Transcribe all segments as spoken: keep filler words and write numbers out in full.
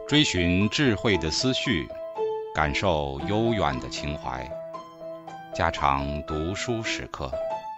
追寻智慧的思绪，感受悠远的情怀。家常读书时刻。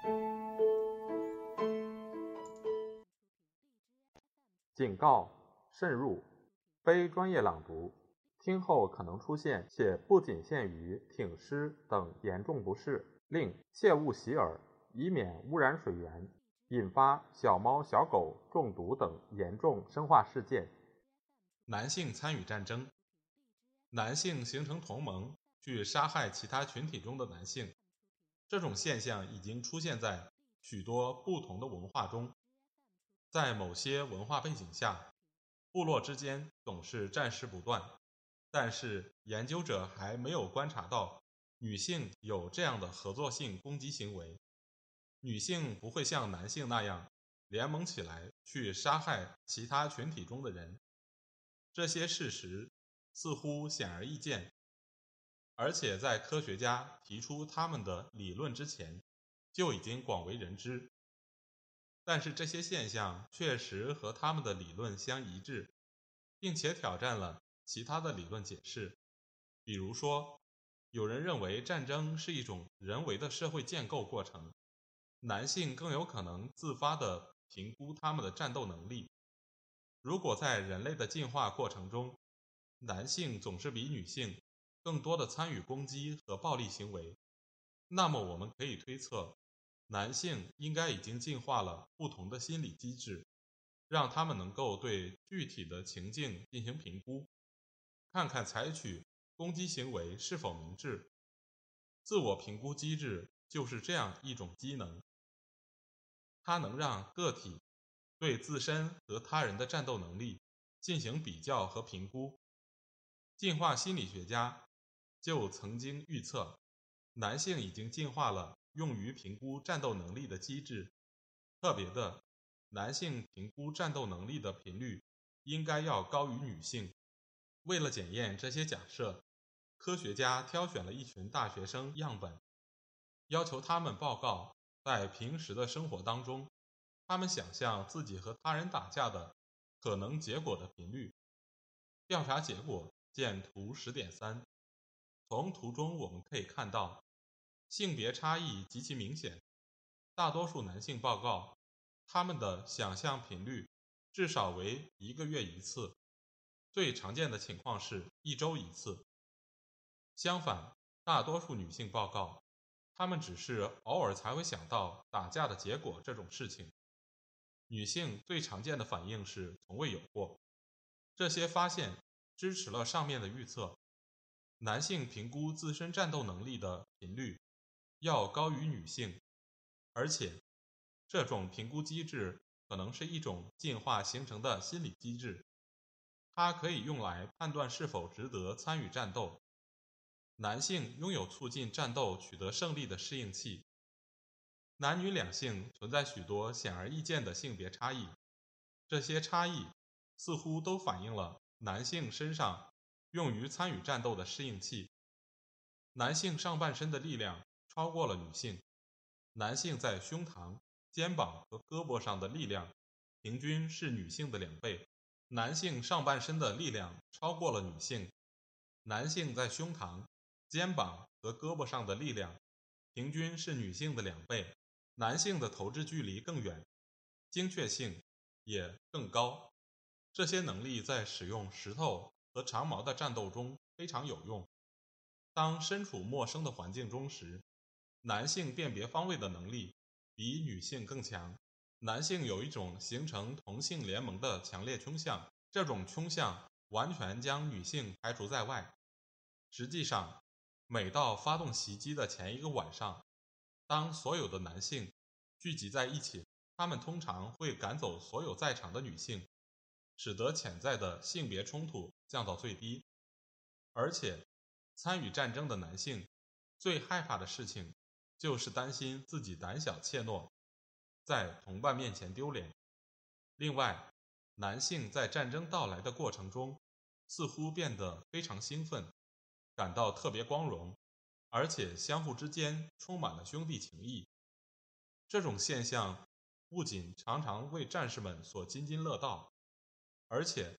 警告：慎入，非专业朗读，听后可能出现且不仅限于挺尸等严重不适，另切勿洗耳，以免污染水源，引发小猫小狗中毒等严重生化事件。 男性参与战争，男性形成同盟去杀害其他群体中的男性，这种现象已经出现在许多不同的文化中。在某些文化背景下，部落之间总是战事不断，但是研究者还没有观察到女性有这样的合作性攻击行为。女性不会像男性那样联盟起来去杀害其他群体中的人，这些事实似乎显而易见，而且在科学家提出他们的理论之前就已经广为人知。但是这些现象确实和他们的理论相一致，并且挑战了其他的理论解释。比如说，有人认为战争是一种人为的社会建构过程，男性更有可能自发地评估他们的战斗能力。如果在人类的进化过程中，男性总是比女性更多的参与攻击和暴力行为，那么我们可以推测，男性应该已经进化了不同的心理机制，让他们能够对具体的情境进行评估，看看采取攻击行为是否明智。自我评估机制就是这样一种机能，它能让个体对自身和他人的战斗能力进行比较和评估。进化心理学家就曾经预测，男性已经进化了用于评估战斗能力的机制，特别的，男性评估战斗能力的频率应该要高于女性。为了检验这些假设，科学家挑选了一群大学生样本，要求他们报告在平时的生活当中，他们想象自己和他人打架的可能结果的频率。调查结果见图 十点三。 从图中我们可以看到，性别差异极其明显。大多数男性报告他们的想象频率至少为一个月一次，最常见的情况是一周一次。相反，大多数女性报告她们只是偶尔才会想到打架的结果这种事情。女性最常见的反应是从未有过。这些发现支持了上面的预测，男性评估自身战斗能力的频率要高于女性，而且这种评估机制可能是一种进化形成的心理机制，它可以用来判断是否值得参与战斗。男性拥有促进战斗取得胜利的适应器。男女两性存在许多显而易见的性别差异，这些差异似乎都反映了男性身上用于参与战斗的适应器。男性上半身的力量超过了女性，男性在胸膛、肩膀和胳膊上的力量平均是女性的两倍。男性上半身的力量超过了女性，男性在胸膛、肩膀和胳膊上的力量平均是女性的两倍。男性的投掷距离更远，精确性也更高。这些能力在使用石头和长矛的战斗中非常有用。当身处陌生的环境中时，男性辨别方位的能力比女性更强。男性有一种形成同性联盟的强烈倾向，这种倾向完全将女性排除在外。实际上，每到发动袭击的前一个晚上，当所有的男性聚集在一起，他们通常会赶走所有在场的女性，使得潜在的性别冲突降到最低。而且，参与战争的男性最害怕的事情就是担心自己胆小怯懦，在同伴面前丢脸。另外，男性在战争到来的过程中似乎变得非常兴奋，感到特别光荣，而且相互之间充满了兄弟情谊。这种现象不仅常常为战士们所津津乐道，而且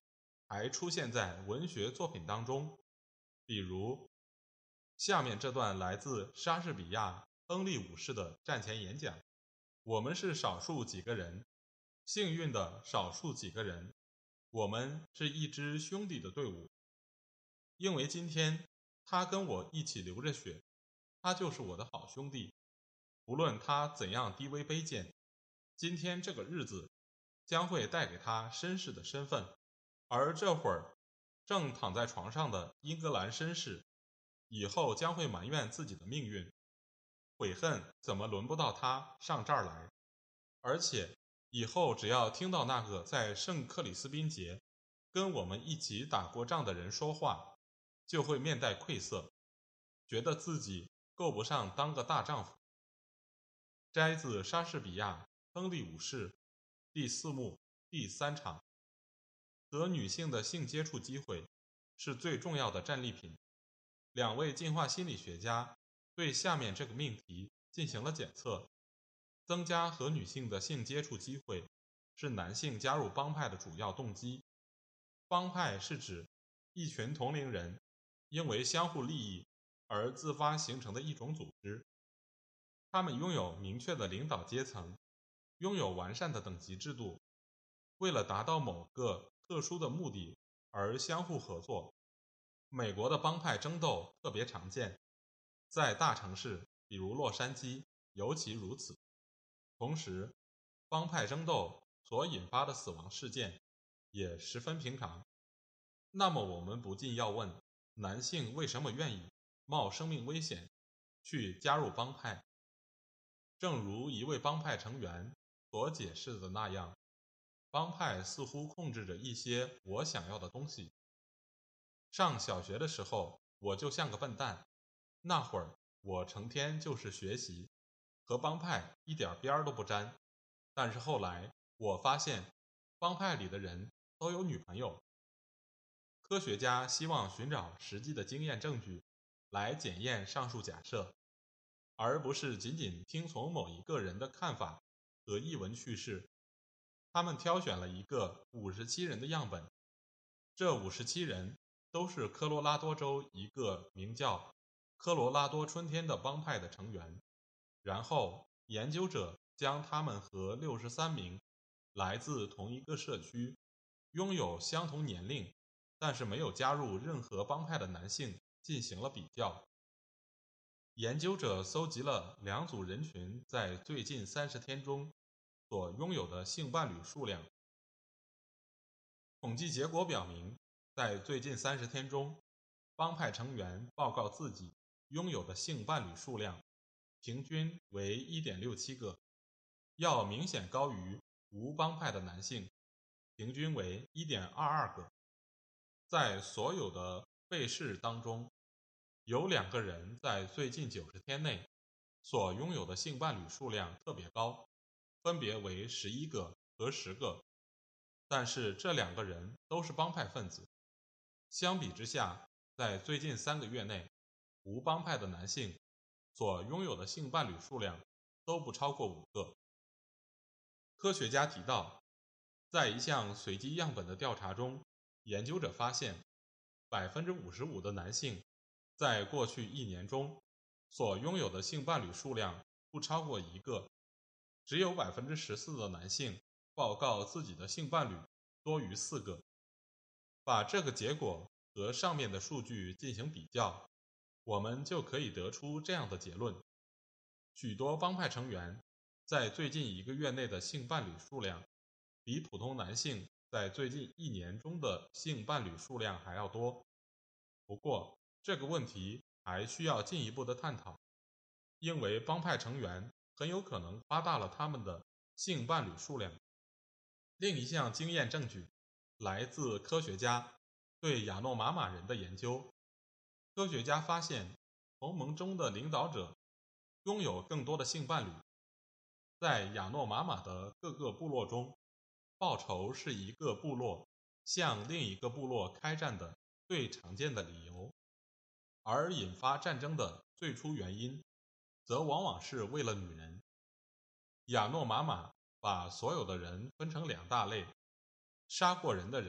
还出现在文学作品当中，比如下面这段来自莎士比亚亨利五世的战前演讲：我们是少数几个人，幸运的少数几个人，我们是一支兄弟的队伍，因为今天他跟我一起流着血，他就是我的好兄弟，无论他怎样低微卑贱，今天这个日子将会带给他绅士的身份。而这会儿正躺在床上的英格兰绅士，以后将会埋怨自己的命运，悔恨怎么轮不到他上这儿来。而且以后只要听到那个在圣克里斯宾节跟我们一起打过仗的人说话，就会面带愧色，觉得自己够不上当个大丈夫。摘自莎士比亚亨利五世第四幕第三场。和女性的性接触机会是最重要的战利品。两位进化心理学家对下面这个命题进行了检测：增加和女性的性接触机会是男性加入帮派的主要动机。帮派是指一群同龄人因为相互利益而自发形成的一种组织，他们拥有明确的领导阶层，拥有完善的等级制度，为了达到某个特殊的目的而相互合作。美国的帮派争斗特别常见，在大城市比如洛杉矶尤其如此。同时，帮派争斗所引发的死亡事件也十分平常。那么我们不禁要问，男性为什么愿意冒生命危险去加入帮派？正如一位帮派成员所解释的那样，帮派似乎控制着一些我想要的东西。上小学的时候，我就像个笨蛋，那会儿我成天就是学习，和帮派一点边儿都不沾。但是后来我发现，帮派里的人都有女朋友。科学家希望寻找实际的经验证据来检验上述假设，而不是仅仅听从某一个人的看法和译文趣事。他们挑选了一个五十七人的样本，这五十七人都是科罗拉多州一个名叫科罗拉多春天的帮派的成员。然后研究者将他们和六十三名来自同一个社区、拥有相同年龄但是没有加入任何帮派的男性进行了比较。研究者搜集了两组人群在最近三十天中所拥有的性伴侣数量。统计结果表明，在最近三十天中，帮派成员报告自己拥有的性伴侣数量平均为 一点六七 个，要明显高于无帮派的男性，平均为 一点二二 个。在所有的被试当中，有两个人在最近九十天内所拥有的性伴侣数量特别高，分别为十一个和十个，但是这两个人都是帮派分子。相比之下，在最近三个月内，无帮派的男性所拥有的性伴侣数量都不超过五个。科学家提到，在一项随机样本的调查中，研究者发现 百分之五十五 的男性在过去一年中所拥有的性伴侣数量不超过一个，只有 百分之十四 的男性报告自己的性伴侣多于四个。把这个结果和上面的数据进行比较，我们就可以得出这样的结论：许多帮派成员在最近一个月内的性伴侣数量比普通男性在最近一年中的性伴侣数量还要多。不过这个问题还需要进一步的探讨，因为帮派成员很有可能夸大了他们的性伴侣数量。另一项经验证据来自科学家对亚诺玛玛人的研究。科学家发现，同盟中的领导者拥有更多的性伴侣。在亚诺玛玛的各个部落中，报仇是一个部落向另一个部落开战的最常见的理由，而引发战争的最初原因则往往是为了女人。亚诺玛玛把所有的人分成两大类：杀过人的人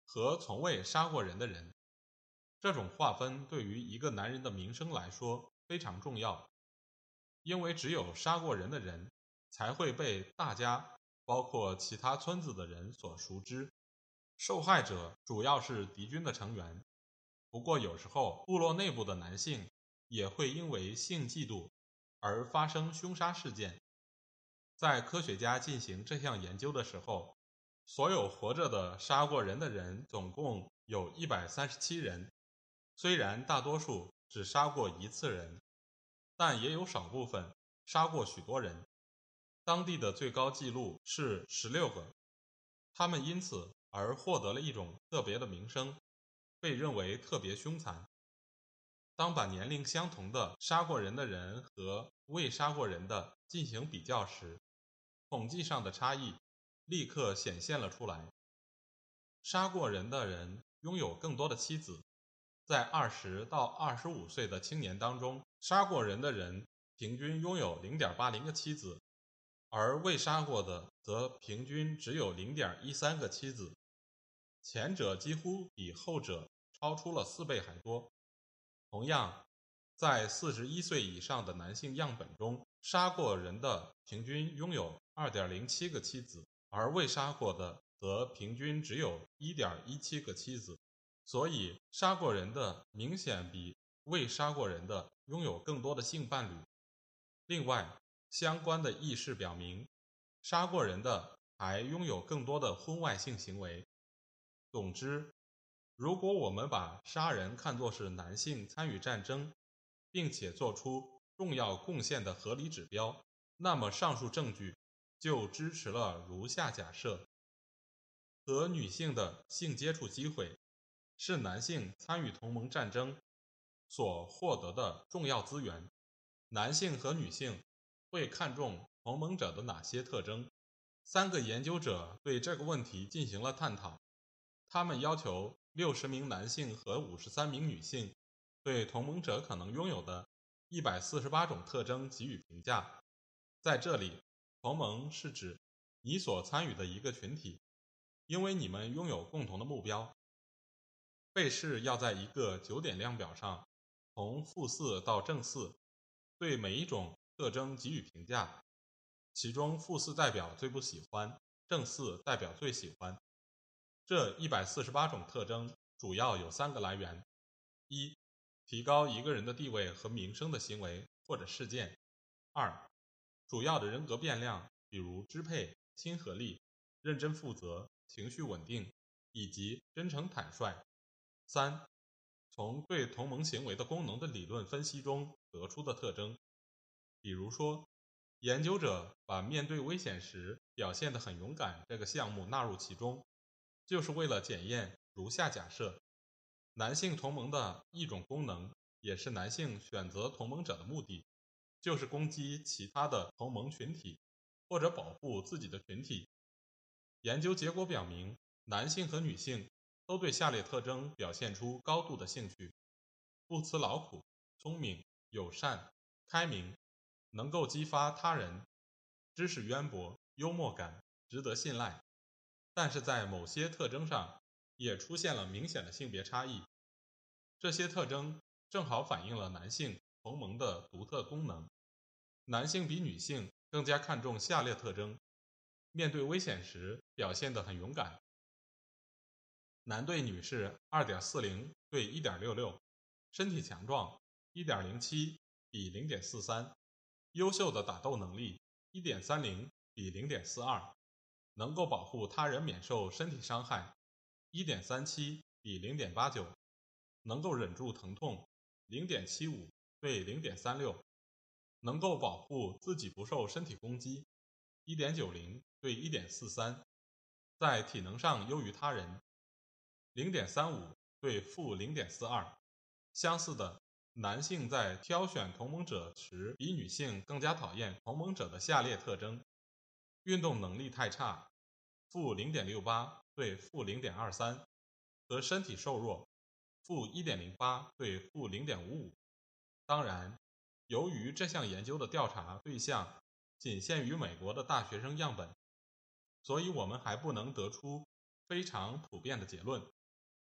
和从未杀过人的人。这种划分对于一个男人的名声来说非常重要，因为只有杀过人的人才会被大家，包括其他村子的人所熟知。受害者主要是敌军的成员，不过有时候部落内部的男性也会因为性嫉妒而发生凶杀事件。在科学家进行这项研究的时候，所有活着的杀过人的人总共有一百三十七人，虽然大多数只杀过一次人，但也有少部分杀过许多人。当地的最高纪录是十六个，他们因此而获得了一种特别的名声，被认为特别凶残。当把年龄相同的杀过人的人和未杀过人的进行比较时，统计上的差异立刻显现了出来。杀过人的人拥有更多的妻子，在二十到二十五岁的青年当中，杀过人的人平均拥有 零点八零 个妻子，而未杀过的则平均只有 零点一三 个妻子，前者几乎比后者超出了四倍还多。同样，在四十一岁以上的男性样本中，杀过人的平均拥有 二点零七 个妻子，而未杀过的则平均只有 一点一七 个妻子。所以杀过人的明显比未杀过人的拥有更多的性伴侣。另外，相关的意识表明，杀过人的还拥有更多的婚外性行为。总之，如果我们把杀人看作是男性参与战争并且做出重要贡献的合理指标，那么上述证据就支持了如下假设：和女性的性接触机会是男性参与同盟战争所获得的重要资源。男性和女性会看重同盟者的哪些特征？三个研究者对这个问题进行了探讨。他们要求六十名男性和五十三名女性对同盟者可能拥有的一百四十八种特征给予评价。在这里，同盟是指你所参与的一个群体，因为你们拥有共同的目标。被试要在一个九点量表上，从负四到正四，对每一种特征给予评价，其中负四代表最不喜欢，正四代表最喜欢。这一百四十八种特征主要有三个来源：一、提高一个人的地位和名声的行为或者事件；二、主要的人格变量，比如支配、亲和力、认真负责、情绪稳定以及真诚坦率；三、从对同盟行为的功能的理论分析中得出的特征。比如说，研究者把面对危险时表现得很勇敢这个项目纳入其中，就是为了检验如下假设：男性同盟的一种功能，也是男性选择同盟者的目的，就是攻击其他的同盟群体或者保护自己的群体。研究结果表明，男性和女性都对下列特征表现出高度的兴趣：不辞劳苦、聪明、友善、开明、能够激发他人、知识渊博、幽默感、值得信赖。但是在某些特征上也出现了明显的性别差异，这些特征正好反映了男性同盟的独特功能。男性比女性更加看重下列特征：面对危险时表现得很勇敢，男对女是 二点四零 对 一点六六， 身体强壮 一点零七 比 零点四三， 优秀的打斗能力 一点三零 比 零点四二，能够保护他人免受身体伤害 一点三七 比 零点八九， 能够忍住疼痛 零点七五 对 零点三六， 能够保护自己不受身体攻击 一点九零 对 一点四三， 在体能上优于他人 零点三五 对负 零点四二。 相似的，男性在挑选同盟者时比女性更加讨厌同盟者的下列特征：运动能力太差，负 零点六八 对负 零点二三， 和身体瘦弱，负 一点零八 对负 零点五五。 当然，由于这项研究的调查对象仅限于美国的大学生样本，所以我们还不能得出非常普遍的结论。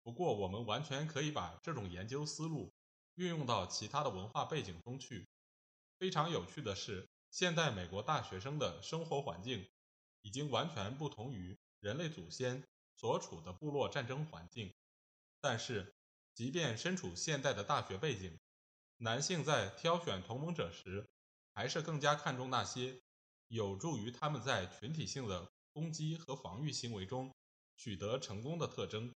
不过我们完全可以把这种研究思路运用到其他的文化背景中去。非常有趣的是，现代美国大学生的生活环境已经完全不同于人类祖先所处的部落战争环境，但是即便身处现代的大学背景，男性在挑选同盟者时还是更加看重那些有助于他们在群体性的攻击和防御行为中取得成功的特征。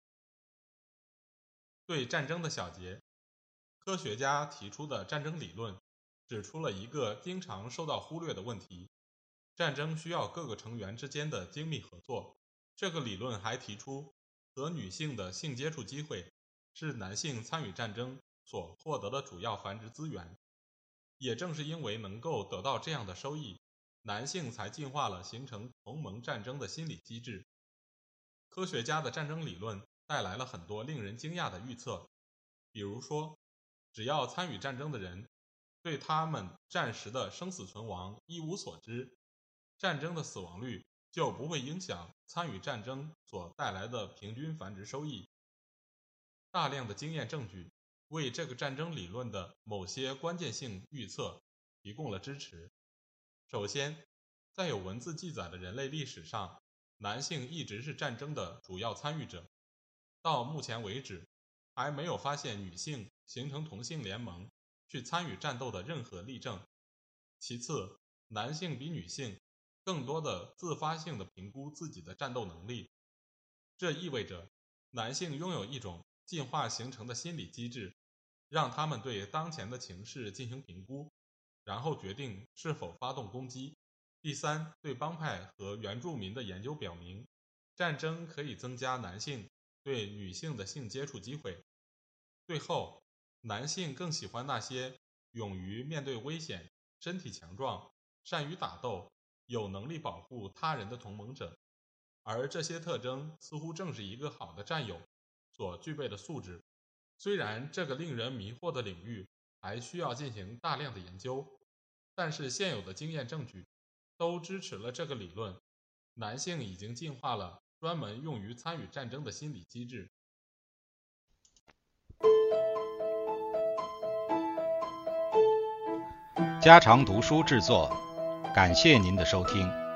对战争的小结，科学家提出的战争理论指出了一个经常受到忽略的问题：战争需要各个成员之间的精密合作。这个理论还提出，和女性的性接触机会是男性参与战争所获得的主要繁殖资源。也正是因为能够得到这样的收益，男性才进化了形成同盟战争的心理机制。科学家的战争理论带来了很多令人惊讶的预测，比如说，只要参与战争的人对他们战时的生死存亡一无所知，战争的死亡率就不会影响参与战争所带来的平均繁殖收益。大量的经验证据为这个战争理论的某些关键性预测提供了支持。首先，在有文字记载的人类历史上，男性一直是战争的主要参与者。到目前为止，还没有发现女性形成同性联盟去参与战斗的任何例证。其次，男性比女性更多的自发性的评估自己的战斗能力，这意味着男性拥有一种进化形成的心理机制，让他们对当前的情势进行评估，然后决定是否发动攻击。第三，对帮派和原住民的研究表明，战争可以增加男性对女性的性接触机会。最后，男性更喜欢那些勇于面对危险、身体强壮、善于打斗、有能力保护他人的同盟者，而这些特征似乎正是一个好的战友所具备的素质。虽然这个令人迷惑的领域还需要进行大量的研究，但是现有的经验证据都支持了这个理论：男性已经进化了专门用于参与战争的心理机制。 家常读书制作，感谢您的收听。